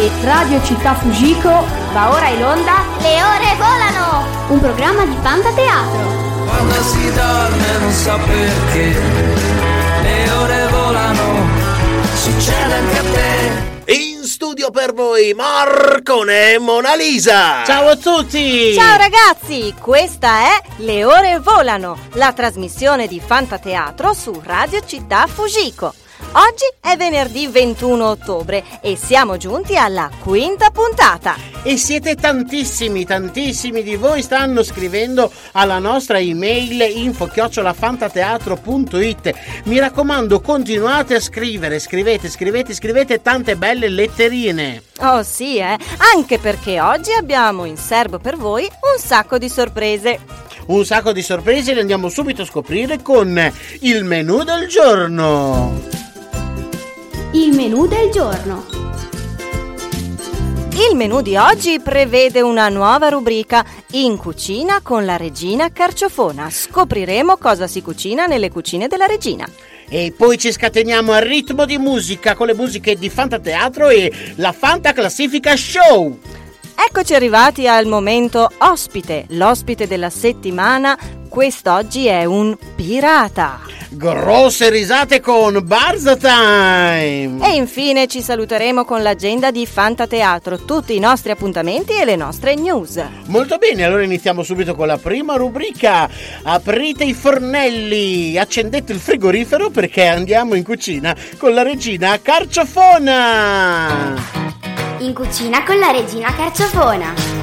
di Radio Città Fujiko va ora in onda Le ore volano! Un programma di Fantateatro. Quando si dorme non so perché le ore volano, succede anche a te. In studio per voi Marcone e Mona Lisa. Ciao a tutti! Ciao ragazzi, questa è Le ore volano, la trasmissione di Fantateatro su Radio Città Fujiko. Oggi è venerdì 21 ottobre e siamo giunti alla quinta puntata. E siete tantissimi di voi stanno scrivendo alla nostra email info@fantateatro.it. Mi raccomando, continuate a scrivere, scrivete tante belle letterine. Oh sì, anche perché oggi abbiamo in serbo per voi un sacco di sorprese. Un sacco di sorprese, le andiamo subito a scoprire con il menù del giorno. Il menù del giorno. Il menù di oggi prevede una nuova rubrica In cucina con la regina Carciofona. Scopriremo cosa si cucina nelle cucine della regina. E poi ci scateniamo al ritmo di musica con le musiche di Fantateatro e la Fanta Classifica Show. Eccoci arrivati al momento ospite, l'ospite della settimana. Quest'oggi è un pirata. Grosse risate con Barza Time. E infine ci saluteremo con l'agenda di Fantateatro, tutti i nostri appuntamenti e le nostre news. Molto bene, allora iniziamo subito con la prima rubrica. Aprite i fornelli, accendete il frigorifero perché andiamo in cucina con la regina Carciofona. In cucina con la regina Carciofona.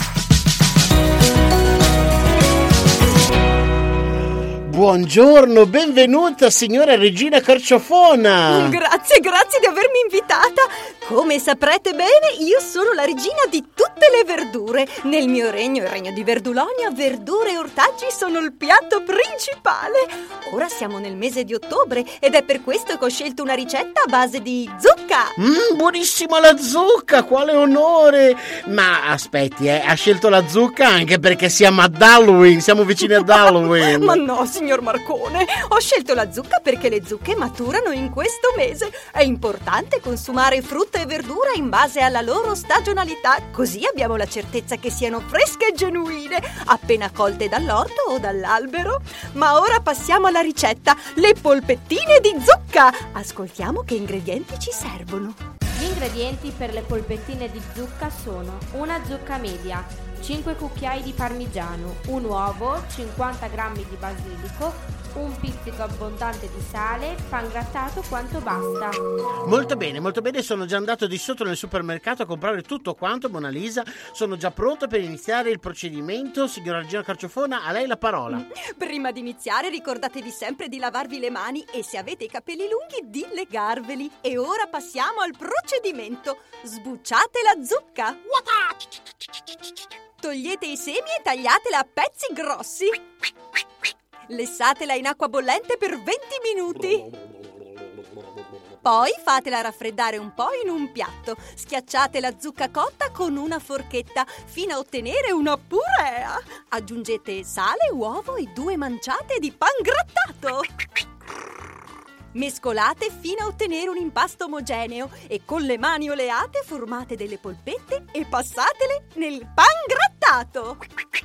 Buongiorno, benvenuta signora regina Carciofona. Grazie di avermi invitata. Come saprete bene, io sono la regina di tutte le verdure. Nel mio regno, il regno di Verdulonia, verdure e ortaggi sono il piatto principale. Ora siamo nel mese di ottobre ed è per questo che ho scelto una ricetta a base di zucca. Buonissima la zucca, quale onore. Ma aspetti, ha scelto la zucca anche perché siamo ad Halloween, siamo vicini ad Halloween. Ma no, signor Marcone, ho scelto la zucca perché le zucche maturano in questo mese. È importante consumare frutta e verdura in base alla loro stagionalità, così abbiamo la certezza che siano fresche e genuine, appena colte dall'orto o dall'albero. Ma ora passiamo alla ricetta, le polpettine di zucca. Ascoltiamo che ingredienti ci servono. Gli ingredienti per le polpettine di zucca sono una zucca media, 5 cucchiai di parmigiano, un uovo, 50 g di basilico, un pizzico abbondante di sale, pan grattato quanto basta. Molto bene, sono già andato di sotto nel supermercato a comprare tutto quanto, Mona Lisa. Sono già pronto per iniziare il procedimento. Signora regina Carciofona, a lei la parola. Prima di iniziare ricordatevi sempre di lavarvi le mani e se avete i capelli lunghi di legarveli. E ora passiamo al procedimento. Sbucciate la zucca. Togliete i semi e tagliatela a pezzi grossi. Lessatela in acqua bollente per 20 minuti. Poi fatela raffreddare un po' in un piatto. Schiacciate la zucca cotta con una forchetta fino a ottenere una purea. Aggiungete sale, uovo e 2 manciate di pan grattato. Mescolate fino a ottenere un impasto omogeneo e con le mani oleate formate delle polpette e passatele nel pan grattato.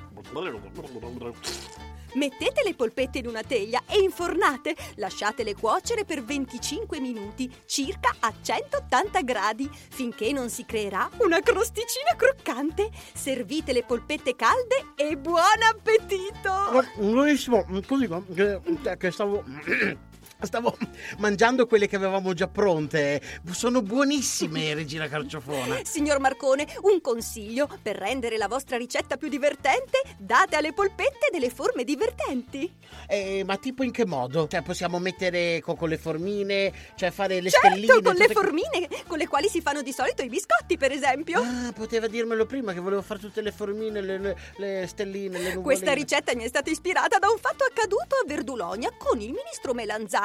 Mettete le polpette in una teglia e infornate. Lasciatele cuocere per 25 minuti, circa a 180 gradi, finché non si creerà una crosticina croccante. Servite le polpette calde e buon appetito! Buonissimo, così che stavo mangiando quelle che avevamo già pronte. Sono buonissime, regina Carciofona. Signor Marcone, un consiglio: per rendere la vostra ricetta più divertente, date alle polpette delle forme divertenti. Ma tipo in che modo? Cioè possiamo mettere con le formine, cioè fare le certo, stelline? Con le formine con le quali si fanno di solito i biscotti, per esempio. Ah, poteva dirmelo prima che volevo fare tutte le formine, le stelline, le nuvoline. Questa ricetta mi è stata ispirata da un fatto accaduto a Verdulonia con il ministro Melanzani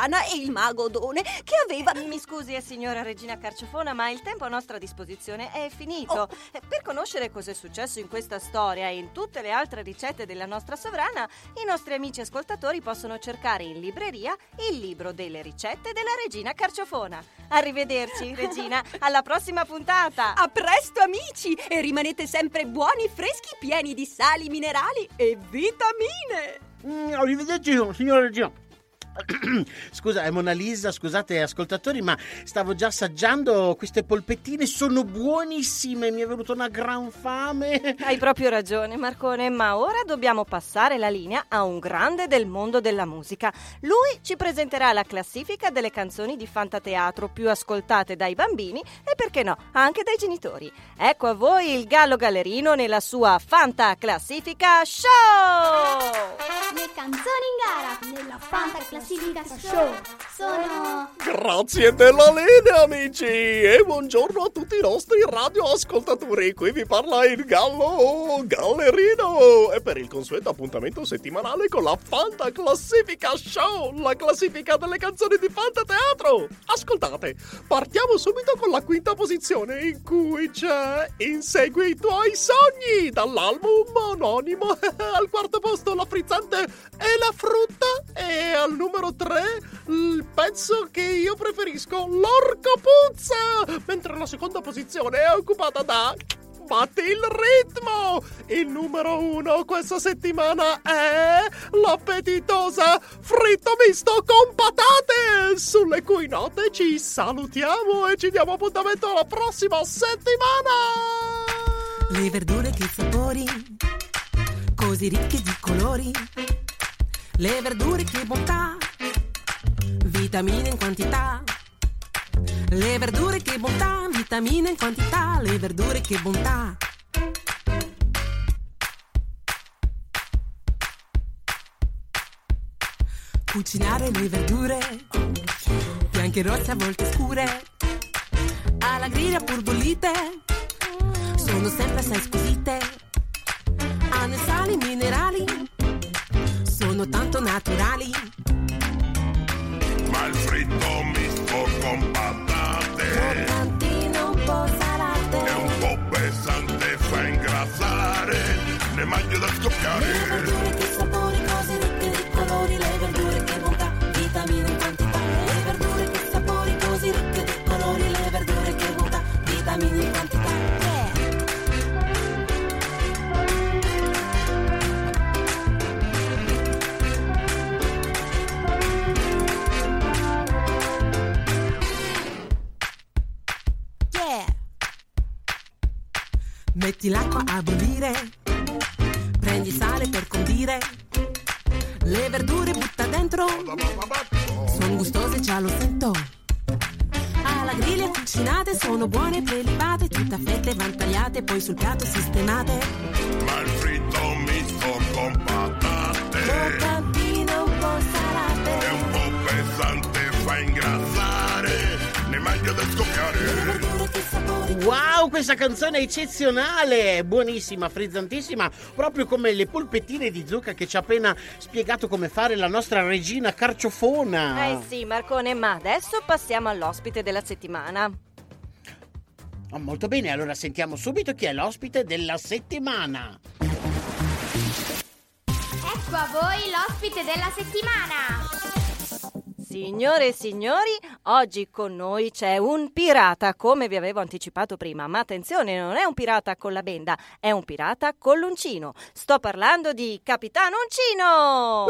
sovrana e il mago Odone che aveva... Mi scusi, signora Regina Carciofona, ma il tempo a nostra disposizione è finito. Per conoscere cosa è successo in questa storia e in tutte le altre ricette della nostra sovrana, i nostri amici ascoltatori possono cercare in libreria il libro delle ricette della Regina Carciofona. Arrivederci, Regina, alla prossima puntata. A presto, amici, e rimanete sempre buoni, freschi, pieni di sali minerali e vitamine. Arrivederci, signora Regina. Scusa, è Mona Lisa, scusate ascoltatori, ma stavo già assaggiando queste polpettine, sono buonissime, mi è venuta una gran fame. Hai proprio ragione, Marcone, ma ora dobbiamo passare la linea a un grande del mondo della musica. Lui ci presenterà la classifica delle canzoni di Fantateatro più ascoltate dai bambini e, perché no, anche dai genitori. Ecco a voi il Gallo Gallerino nella sua Fanta Classifica Show! Le canzoni in gara nella Fanta Classifica Show sono... Grazie della linea, amici, e buongiorno a tutti i nostri radioascoltatori. Qui vi parla il Gallo Gallerino e per il consueto appuntamento settimanale con la Fanta Classifica Show, la classifica delle canzoni di Fantateatro. Ascoltate, partiamo subito con la quinta posizione, in cui c'è Insegui i tuoi sogni dall'album omonimo. Al quarto posto la frizzante e la frutta, e al numero 3 il pezzo che io preferisco, l'orco puzza, mentre la seconda posizione è occupata da Batti il ritmo. Il numero 1 questa settimana è l'appetitosa fritto misto con patate, sulle cui note ci salutiamo e ci diamo appuntamento alla prossima settimana. Le verdure che sapori, così ricche di colori, le verdure che bontà, vitamine in quantità. Le verdure che bontà, vitamine in quantità, le verdure che bontà. Cucinare le verdure, bianche e rosse a volte scure, alla griglia pur bollite, sono sempre assai squisite. Hanno sali minerali, sono tanto naturali. Ma il fritto misto con patate, croccantino un po' salate, è un po' pesante, fa ingrassare, ne mangio da scoppiare. Le verdure che sapori, cose ricche di colori, le verdure che bontà, vitamine in quantità. Le verdure che sapori, cose ricche di colori, le verdure che bontà, vitamine in quantità. Metti l'acqua a bollire, prendi sale per condire, le verdure butta dentro, sono gustose, già lo sento. Alla griglia cucinate, sono buone prelibate, tutte a fette van tagliate, poi sul piatto sistemate. Ma il fritto misto con patate, croccantino un po' salate, è un po' pesante, fa ingrassare, ne mangio da scoppiare. Wow, questa canzone è eccezionale, buonissima, frizzantissima, proprio come le polpettine di zucca che ci ha appena spiegato come fare la nostra Regina Carciofona. Eh sì, Marcone, ma adesso passiamo all'ospite della settimana. Oh, molto bene, allora sentiamo subito chi è l'ospite della settimana. Ecco a voi l'ospite della settimana. Signore e signori, oggi con noi c'è un pirata, come vi avevo anticipato prima, ma attenzione, non è un pirata con la benda, è un pirata con l'uncino. Sto parlando di Capitano Uncino!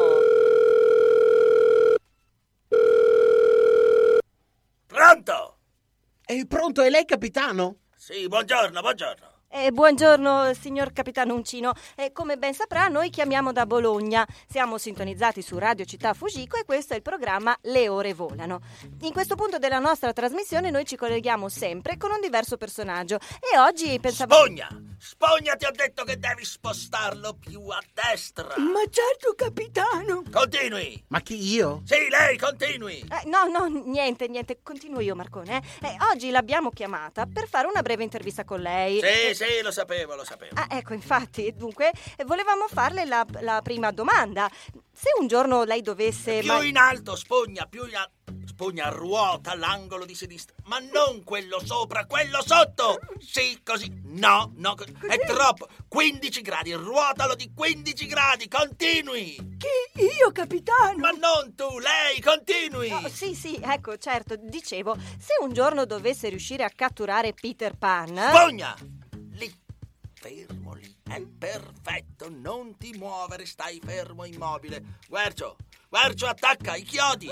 Pronto? Pronto, è lei, capitano? Sì, buongiorno. Buongiorno, signor Capitano Uncino. Come ben saprà, noi chiamiamo da Bologna. Siamo sintonizzati su Radio Città Fugico e questo è il programma Le Ore Volano. In questo punto della nostra trasmissione noi ci colleghiamo sempre con un diverso personaggio e oggi pensavo... Spogna, ti ho detto che devi spostarlo più a destra. Ma certo, capitano. Continui. Ma chi, io? Sì, lei, continui. No, niente, continuo io, Marcone. Oggi l'abbiamo chiamata per fare una breve intervista con lei. Sì, Sì, lo sapevo. Ah, ecco, infatti, dunque, volevamo farle la prima domanda. Se un giorno lei dovesse... Più in alto, Spugna, più in alto. Spugna, ruota l'angolo di sinistra, ma non quello sopra, quello sotto. Sì, così. No, è troppo. 15 gradi, ruotalo di 15 gradi, continui. Chi? Io, capitano? Ma non tu, lei, continui. No, sì, ecco, certo, dicevo, se un giorno dovesse riuscire a catturare Peter Pan... Spugna! Lì, fermo lì, è perfetto, non ti muovere, stai fermo, immobile. Guercio, attacca i chiodi.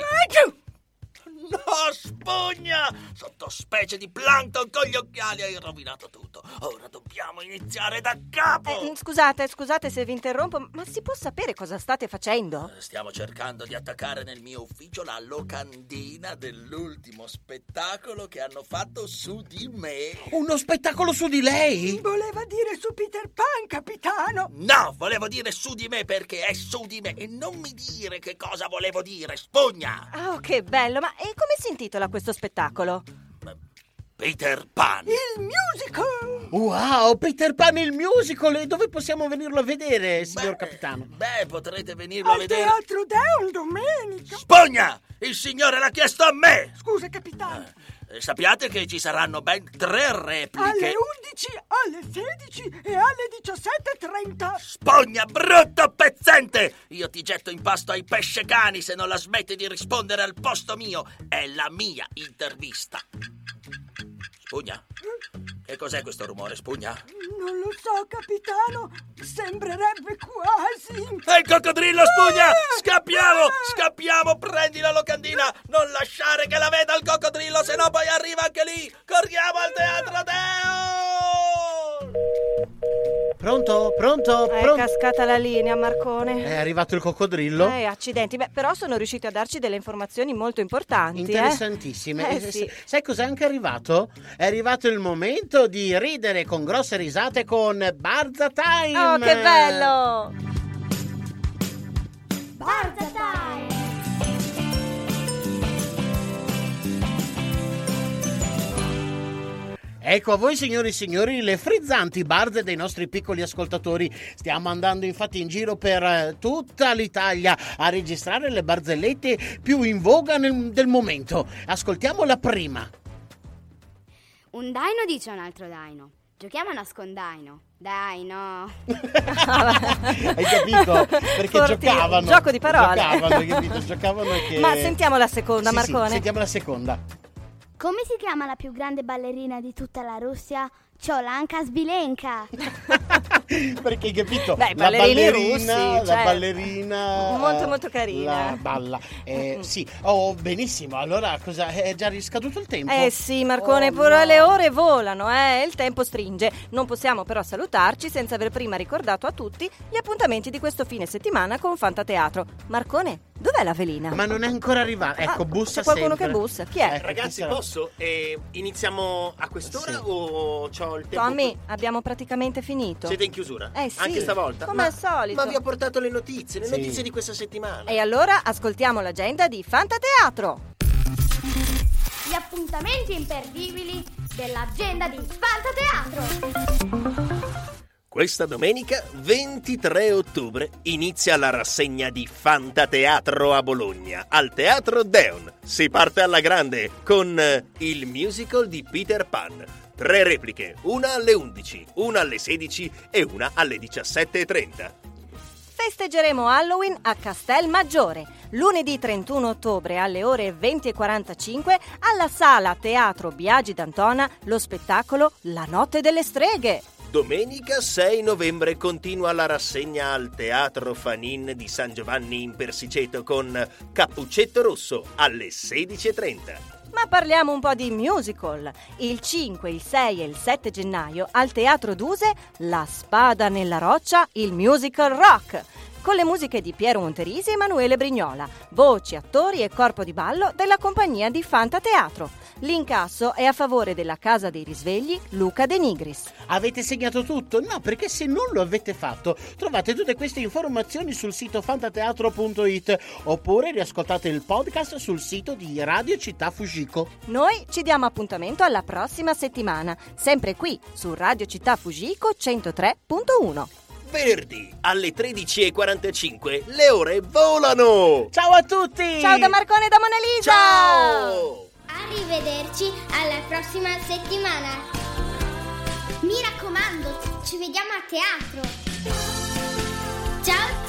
No, Spugna! Sottospecie di plankton con gli occhiali, hai rovinato tutto. Ora dobbiamo iniziare da capo. Scusate se vi interrompo, ma si può sapere cosa state facendo? Stiamo cercando di attaccare nel mio ufficio la locandina dell'ultimo spettacolo che hanno fatto su di me. Uno spettacolo su di lei? Voleva dire su Peter Pan, capitano. No, volevo dire su di me perché è su di me. E non mi dire che cosa volevo dire, Spugna. Oh, che bello, ma e come si intitola questo spettacolo? Peter Pan. Il musical. Wow, Peter Pan il musical. E dove possiamo venirlo a vedere, signor capitano? Potrete venirlo a vedere al Teatro Deon domenica. Spugna! Il signore l'ha chiesto a me. Scusa, capitano. Sappiate che ci saranno ben 3 repliche. Alle 11, alle 16 e alle 17:30. Spugna, brutto pezzente! Io ti getto in pasto ai pescecani se non la smetti di rispondere al posto mio. È la mia intervista. Spugna, che cos'è questo rumore, Spugna? Non lo so, capitano. Sembrerebbe quasi... È il coccodrillo, Spugna! Scappiamo! Prendi la locandina! Non lasciare che la veda il coccodrillo, se no poi arriva anche lì! Corriamo al Teatro Deon! Pronto? È cascata la linea, Marcone. È arrivato il coccodrillo? Accidenti. Però sono riusciti a darci delle informazioni molto importanti. Interessantissime. Sì. Sai cos'è anche arrivato? È arrivato il momento di ridere con grosse risate con Barza Time. Oh, che bello! Barza Time! Ecco a voi, signori e signori, le frizzanti barze dei nostri piccoli ascoltatori. Stiamo andando infatti in giro per tutta l'Italia a registrare le barzellette più in voga del momento. Ascoltiamo la prima. Un daino dice a un altro daino: giochiamo a nascondaino. Dai, no. Hai capito? Perché giocavano. Gioco di parole. Giocavano che... Ma sentiamo la seconda, sì, Marcone. Sì, sentiamo la seconda. Come si chiama la più grande ballerina di tutta la Russia? Ciolanka Sbilenka. Perché hai capito? Beh, ballerini russi, la certo. ballerina molto molto carina. La balla. Sì, benissimo. Allora cosa? È già riscaduto il tempo? Sì, Marcone, però no. Le ore volano, il tempo stringe. Non possiamo però salutarci senza aver prima ricordato a tutti gli appuntamenti di questo fine settimana con Fantateatro. Marcone, dov'è la velina? Ma non è ancora arrivata. Ecco, bussa c'è qualcuno sempre. che bussa. Chi è? Ragazzi, posso? Iniziamo a quest'ora o c'ho il tempo? Tommy, abbiamo praticamente finito. Siete in chiusura? Sì. Anche stavolta? Come al solito. Ma vi ho portato le notizie di questa settimana. E allora ascoltiamo l'agenda di Fantateatro. Gli appuntamenti imperdibili dell'agenda di Fantateatro. Questa domenica, 23 ottobre, inizia la rassegna di Fantateatro a Bologna, al Teatro Deon. Si parte alla grande con il musical di Peter Pan. 3 repliche, una alle 11, una alle 16 e una alle 17:30. Festeggeremo Halloween a Castelmaggiore, lunedì 31 ottobre alle ore 20:45 alla Sala Teatro Biagi d'Antona, lo spettacolo La Notte delle Streghe. Domenica 6 novembre continua la rassegna al Teatro Fanin di San Giovanni in Persiceto con Cappuccetto Rosso alle 16:30. Ma parliamo un po' di musical. Il 5, il 6 e il 7 gennaio al Teatro Duse La Spada nella Roccia, il musical rock. con le musiche di Piero Monterisi e Emanuele Brignola, voci, attori e corpo di ballo della compagnia di Fantateatro. L'incasso è a favore della Casa dei Risvegli Luca De Nigris. Avete segnato tutto? No, perché se non lo avete fatto, trovate tutte queste informazioni sul sito fantateatro.it oppure riascoltate il podcast sul sito di Radio Città Fujiko. Noi ci diamo appuntamento alla prossima settimana, sempre qui su Radio Città Fujiko 103.1. Venerdì alle 13:45 le ore volano! Ciao a tutti! Ciao da Marcone e da Mona Lisa! Ciao! Arrivederci alla prossima settimana. Mi raccomando, ci vediamo a teatro. Ciao!